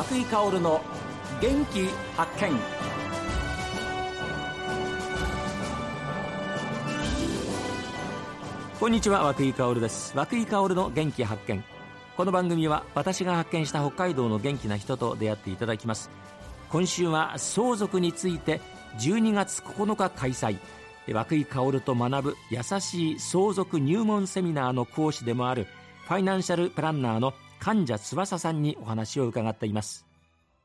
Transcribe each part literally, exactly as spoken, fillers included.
松井香織の元気発見。こんにちは、松井香織です。松井香織の元気発見。この番組は私が発見した北海道の元気な人と出会っていただきます。今週は相続についてじゅうにがつここのか開催、松井香織と学ぶ優しい相続入門セミナーの講師でもあるファイナンシャルプランナーの神谷翼さんにお話を伺っています。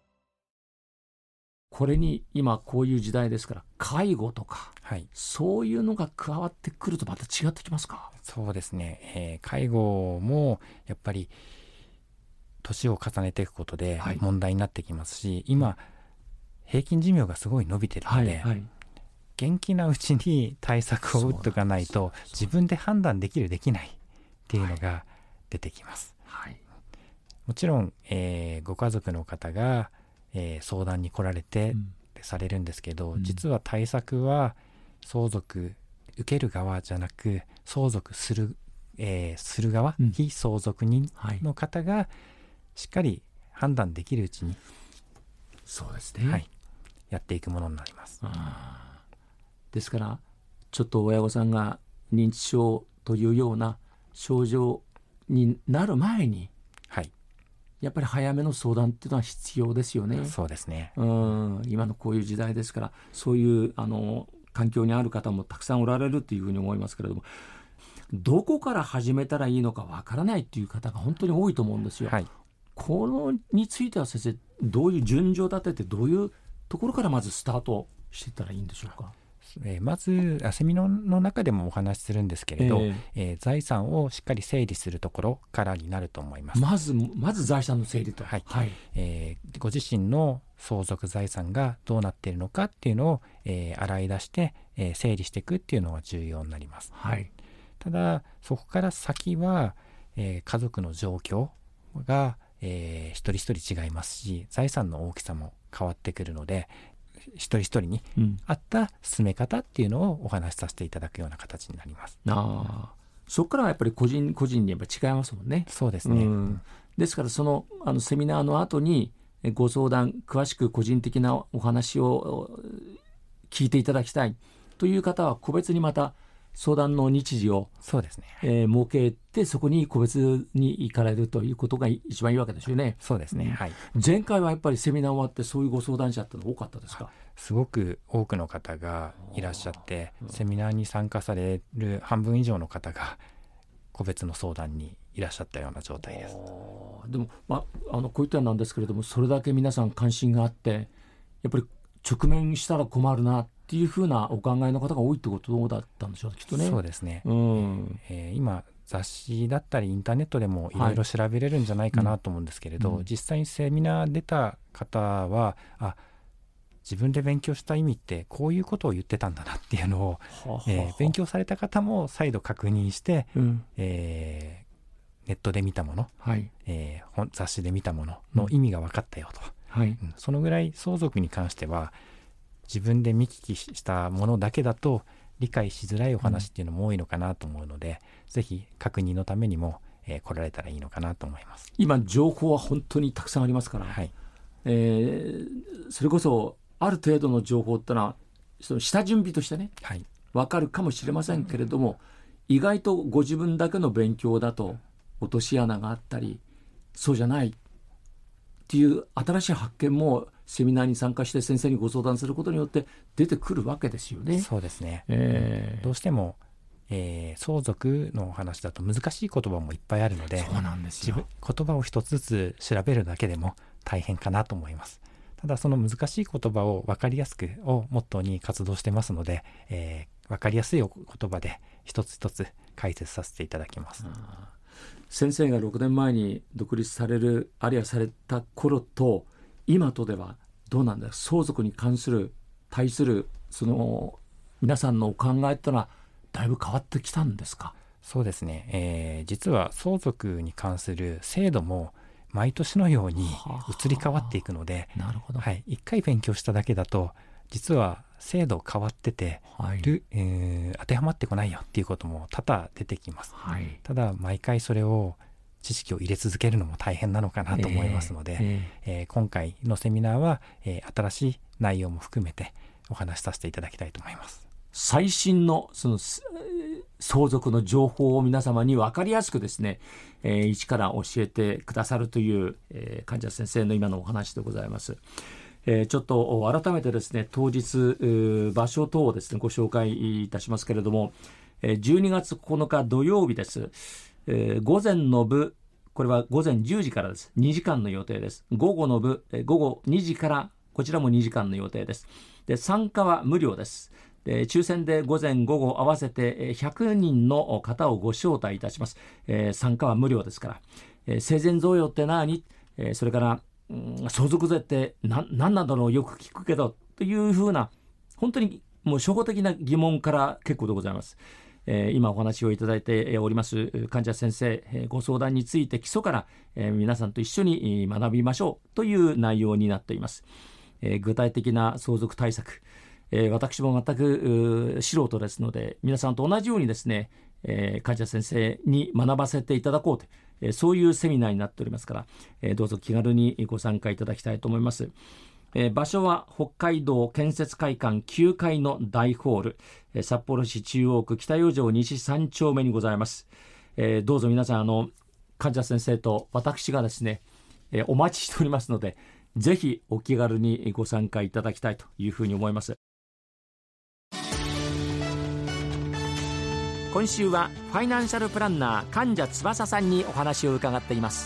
これに今こういう時代ですから、介護とか、はい、そういうのが加わってくるとまた違ってきますか？ そうですね、えー、介護もやっぱり年を重ねていくことで問題になってきますし、はい、今平均寿命がすごい伸びてるので、はいはい、元気なうちに対策を打っておかないと自分で判断できるできないっていうのが出てきます、はいはい、もちろん、えー、ご家族の方が、えー、相談に来られてされるんですけど、うん、実は対策は相続受ける側じゃなく相続する、えー、する側、うん、非相続人の方がしっかり判断できるうちに、 そうですね、 はい、やっていくものになります。 あ、ですからちょっと親御さんが認知症というような症状になる前に、はい、やっぱり早めの相談っていうのは必要ですよね。 そうですね、 うん、今のこういう時代ですから、そういうあの環境にある方もたくさんおられるというふうに思いますけれども、どこから始めたらいいのかわからないという方が本当に多いと思うんですよ、はい、このについては先生、どういう順序立ててどういうところからまずスタートしていったらいいんでしょうか？ えー、まずセミナーの中でもお話しするんですけれど、えーえー、財産をしっかり整理するところからになると思います。 まずまず財産の整理と、 はいはい、えー、ご自身の相続財産がどうなっているのかっていうのを、えー、洗い出して、えー、整理していくっていうのが重要になります、はい、ただそこから先は、えー、家族の状況が、えー、一人一人違いますし、財産の大きさも変わってくるので、一人一人に合った進め方っていうのをお話しさせていただくような形になります、 うん、あ、そこからはやっぱり個人個人にやっぱ違いますもんね。 そうですね、うん、 ですからその、あのセミナーの後にご相談、詳しく個人的なお話を聞いていただきたいという方は個別にまた相談の日時をそうですね、 えー、設けて、そこに個別に行かれるということが一番いいわけですよね。 そうですね、うん、はい、 前回はやっぱりセミナー終わってそういうご相談者っての多かったですか？ すごく多くの方がいらっしゃって、セミナーに参加される半分以上の方が個別の相談にいらっしゃったような状態です。 でも、まあ、あのこういったなんですけれども、それだけ皆さん関心があって、やっぱり直面したら困るなっていうふうなお考えの方が多いってことだったんでしょうきっとね。 そうですね、 うん、 えー、今雑誌だったりインターネットでもいろいろ調べれるんじゃないかなと思うんですけれど、はい、うん、実際にセミナー出た方は、あ、自分で勉強した意味ってこういうことを言ってたんだなっていうのを、はははえー、勉強された方も再度確認して、うん、えー、ネットで見たもの、はい、えー、本雑誌で見たものの意味が分かったよと、うん、はい、うん、そのぐらい相続に関しては自分で見聞きしたものだけだと理解しづらいお話っていうのも多いのかなと思うので、うん、ぜひ確認のためにも、えー、来られたらいいのかなと思います。 今情報は本当にたくさんありますから、はい、えー、それこそある程度の情報ってのはその下準備としてね、はい、分かるかもしれませんけれども、意外とご自分だけの勉強だと落とし穴があったり、そうじゃないっていう新しい発見もセミナーに参加して先生にご相談することによって出てくるわけですよね。 そうですね、えー、どうしても、えー、相続のお話だと難しい言葉もいっぱいあるので、 そうなんですよ、 自分言葉を一つずつ調べるだけでも大変かなと思います。ただその難しい言葉を分かりやすくをモットーに活動してますので、えー、分かりやすい言葉で一つ一つ解説させていただきます。 あ、先生がろくねんまえに独立されるあるいはされた頃と今とではどうなんだ、相続に関する対するその皆さんのお考えってのはだいぶ変わってきたんですか？ そうですね、えー、実は相続に関する制度も毎年のように移り変わっていくので、 なるほど、 はい、いっかい勉強しただけだと実は制度変わってて、はい、えー、当てはまってこないよっていうことも多々出てきます、はい、ただ毎回それを知識を入れ続けるのも大変なのかなと思いますので、えーえー、今回のセミナーは、えー、新しい内容も含めてお話しさせていただきたいと思います。 最新のその相続の情報を皆様に分かりやすくですね、えー、一から教えてくださるという、えー、患者先生の今のお話でございます。えー、ちょっと改めてですね、当日場所等をですねご紹介いたしますけれども、じゅうにがつここのか土曜日です。えー、午前の部、これは午前じゅうじからです。にじかんの予定です。午後の部、えー、午後にじからこちらもにじかんの予定です。で、参加は無料です。で、抽選で午前午後合わせてひゃくにんの方をご招待いたします。えー、参加は無料ですから、えー、生前贈与って何、えー、それから、うん、相続税って何なんだろうよく聞くけどというふうな本当にもう初歩的な疑問から結構でございます。えー、今お話をいただいております患者先生、えー、ご相談について基礎から、えー、皆さんと一緒に学びましょうという内容になっています。えー、具体的な相続対策、えー、私も全く素人ですので皆さんと同じようにですね、えー、患者先生に学ばせていただこうと、えー、そういうセミナーになっておりますから、えー、どうぞ気軽にご参加いただきたいと思います。えー、場所は北海道建設会館きゅうかいの大ホール、えー、札幌市中央区北四条西さん丁目にございます。えー、どうぞ皆さんあの患者先生と私がですね、えー、お待ちしておりますのでぜひお気軽にご参加いただきたいというふうに思います。今週はファイナンシャルプランナー患者翼さんにお話を伺っています。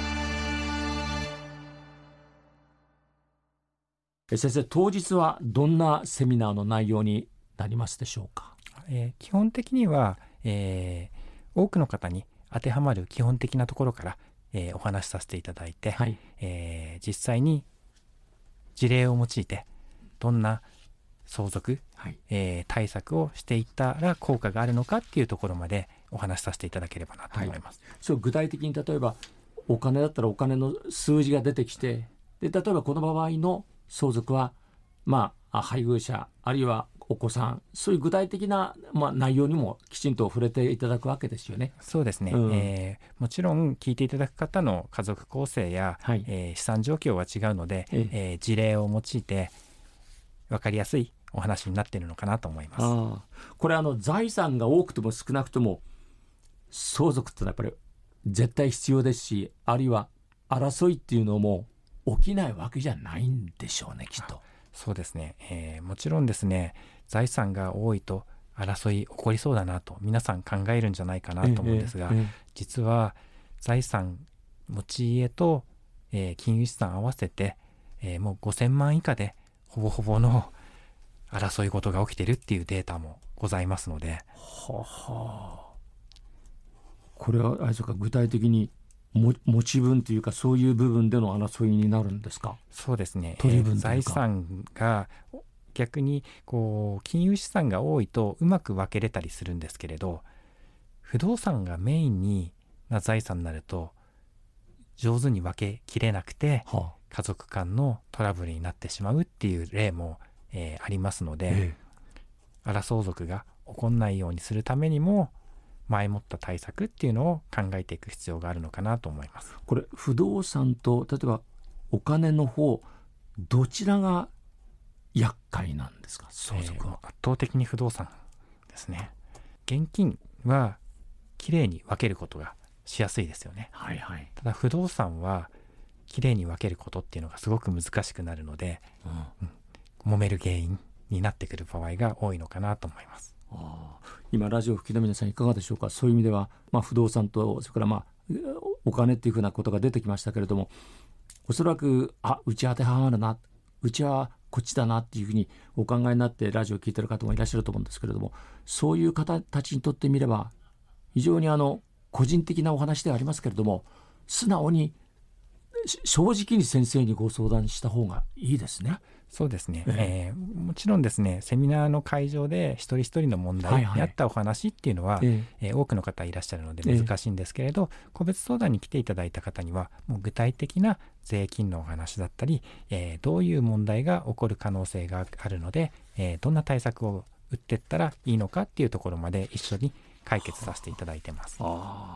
先生、当日はどんなセミナーの内容になりますでしょうか。 えー、基本的には、えー、多くの方に当てはまる基本的なところから、えー、お話しさせていただいて、はい、えー、実際に事例を用いてどんな相続、はい、えー、対策をしていったら効果があるのかっていうところまでお話しさせていただければなと思います。はい、 そう具体的に例えばお金だったらお金の数字が出てきて、で例えばこの場合の相続は、まあ、配偶者あるいはお子さん、そういう具体的な、まあ、内容にもきちんと触れていただくわけですよね。 そうですね、うん、えー、もちろん聞いていただく方の家族構成や、はい、えー、資産状況は違うので、ええー、事例を用いて分かりやすいお話になっているのかなと思います。 あこれあの財産が多くとも少なくとも相続ってのはやっぱり絶対必要ですし、あるいは争いっていうのも起きないわけじゃないんでしょうね、きっと。 そうですね、えー、もちろんですね、財産が多いと争い起こりそうだなと皆さん考えるんじゃないかなと思うんですが、えええ、実は財産持ち家と、えー、金融資産合わせて、えー、もうごせんまん以下でほぼほぼの争い事が起きているっていうデータもございますので、 ははこれはあれですか、具体的に持ち分というかそういう部分での争いになるんですか。 そうですね、取り分というか、えー、財産が逆にこう金融資産が多いとうまく分けれたりするんですけれど、不動産がメインにな財産になると上手に分けきれなくて、はあ、家族間のトラブルになってしまうっていう例も、えー、ありますので、ええ、争相続が起こんないようにするためにも前もった対策っていうのを考えていく必要があるのかなと思います。 これ不動産と例えばお金の方、どちらが厄介なんですか、相続は。 えー、圧倒的に不動産ですね。現金はきれいに分けることがしやすいですよね。はいはい、ただ不動産はきれいに分けることっていうのがすごく難しくなるので、うんうん、揉める原因になってくる場合が多いのかなと思います。 あ今ラジオを聞きの皆さんいかがでしょうか。そういう意味では、まあ、不動産とそれから、まあ、お金っていうふうなことが出てきましたけれども、おそらくあうち当てはまるな、うちはこっちだなっていうふうにお考えになってラジオを聞いている方もいらっしゃると思うんですけれども、そういう方たちにとってみれば非常にあの個人的なお話ではありますけれども、素直に正直に先生にご相談した方がいいですね。 そうですね、ええー、もちろんですね、セミナーの会場で一人一人の問題に合ったお話っていうのは、はいはい、えー、多くの方いらっしゃるので難しいんですけれど、えー、個別相談に来ていただいた方にはもう具体的な税金のお話だったり、えー、どういう問題が起こる可能性があるので、えー、どんな対策を打っていったらいいのかっていうところまで一緒に解決させていただいてます。あ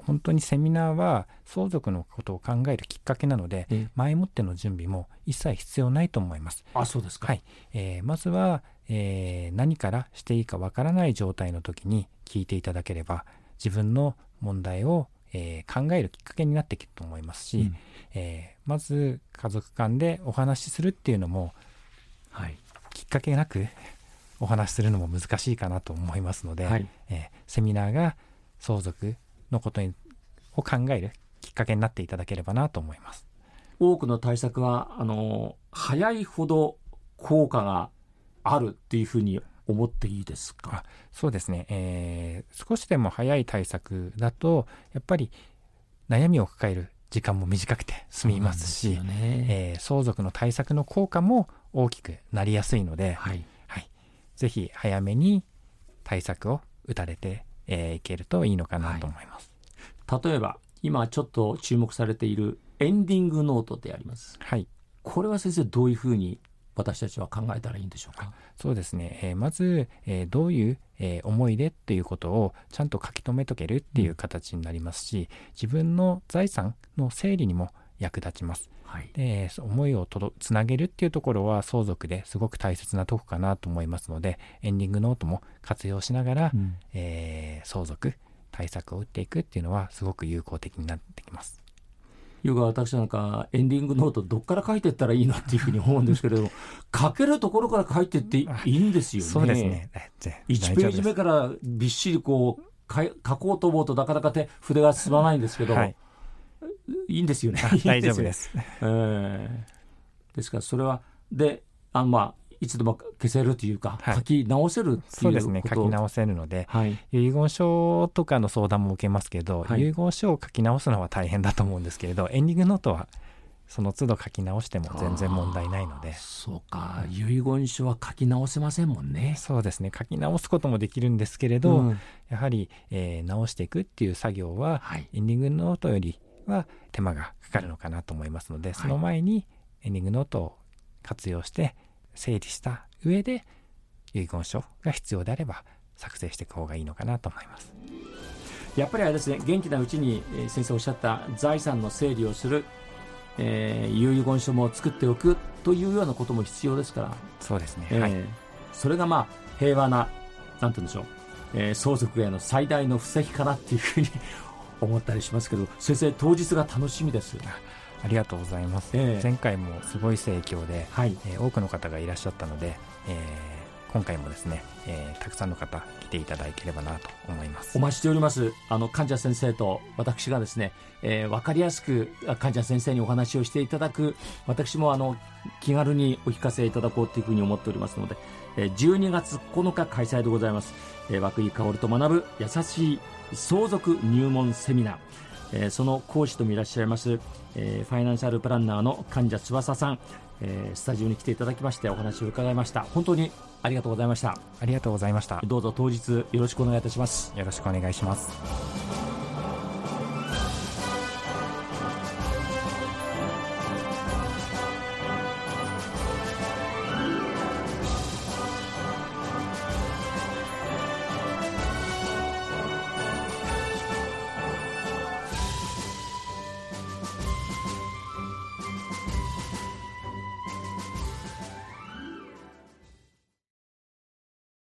本当にセミナーは相続のことを考えるきっかけなので、え前もっての準備も一切必要ないと思います。 あ、そうですか。 はい、えー、まずは、えー、何からしていいかわからない状態の時に聞いていただければ、自分の問題を、えー、考えるきっかけになっていくと思いますし、うん、えー、まず家族間でお話しするっていうのも、はい、きっかけなくお話しするのも難しいかなと思いますので、はい、えー、セミナーが相続のことにを考えるきっかけになっていただければなと思います。 多くの対策はあの早いほど効果があるっていうふうに思っていいですか？ あ、そうですね、えー、少しでも早い対策だとやっぱり悩みを抱える時間も短くて済みますし、そうなんですよね。えー、相続の対策の効果も大きくなりやすいので、はいはい、ぜひ早めに対策を打たれて、えー、いけるといいのかなと思います。 はい、例えば今ちょっと注目されているエンディングノートであります、はい、これは先生どういうふうに私たちは考えたらいいんでしょうか？ そうですね、えー、まず、えー、どういう、えー、思い出っていうことをちゃんと書き留めとけるっていう形になりますし、うん、自分の財産の整理にも役立ちます。はい、で思いをとどつなげるっていうところは相続ですごく大切なとこかなと思いますので、エンディングノートも活用しながら、うん、えー、相続対策を打っていくっていうのはすごく有効的になってきます。 いうか私なんかエンディングノートどっから書いていったらいいのっていうふうに思うんですけれども書けるところから書いていっていいんですよね。 そうですね。 いちページ目からびっしりこう書こうと思うとなかなか手筆が進まないんですけど、はい、いいんですよね。 大丈夫です。 えー、ですからそれはであまあいつでも消せるというか、はい、書き直せるっていうこと。 そうですね、書き直せるので、はい、遺言書とかの相談も受けますけど、はい、遺言書を書き直すのは大変だと思うんですけれど、エンディングノートはその都度書き直しても全然問題ないので。 そうか、遺言書は書き直せませんもんね。 そうですね、書き直すこともできるんですけれど、うん、やはり、えー、直していくっていう作業は、はい、エンディングノートよりは手間がかかるのかなと思いますので、はい、その前にエンディングノートを活用して整理した上で遺言書が必要であれば作成していく方がいいのかなと思います。 やっぱりあれですね、元気なうちに先生おっしゃった財産の整理をする、えー、遺言書も作っておくというようなことも必要ですから。 そうですね、 えーはい、 それがまあ平和ななんて言うんでしょう、えー、相続への最大の布石かなっていうふうに思ったりしますけど、先生当日が楽しみです。 ありがとうございます、えー、前回もすごい盛況で、はい、えー、多くの方がいらっしゃったので、えー、今回もですね、えー、たくさんの方来ていただければなと思います。 お待ちしております。あの患者先生と私がですね、えー、分かりやすく患者先生にお話をしていただく、私もあの気軽にお聞かせいただこうというふうに思っておりますので、えー、じゅうにがつここのか開催でございます、えー、涌井薫と学ぶ優しい相続入門セミナー、えー、その講師ともいらっしゃいます、えー、ファイナンシャルプランナーの患者翼さん、えー、スタジオに来ていただきましてお話を伺いました。本当にありがとうございました。 ありがとうございました。 どうぞ当日よろしくお願いいたします。 よろしくお願いします。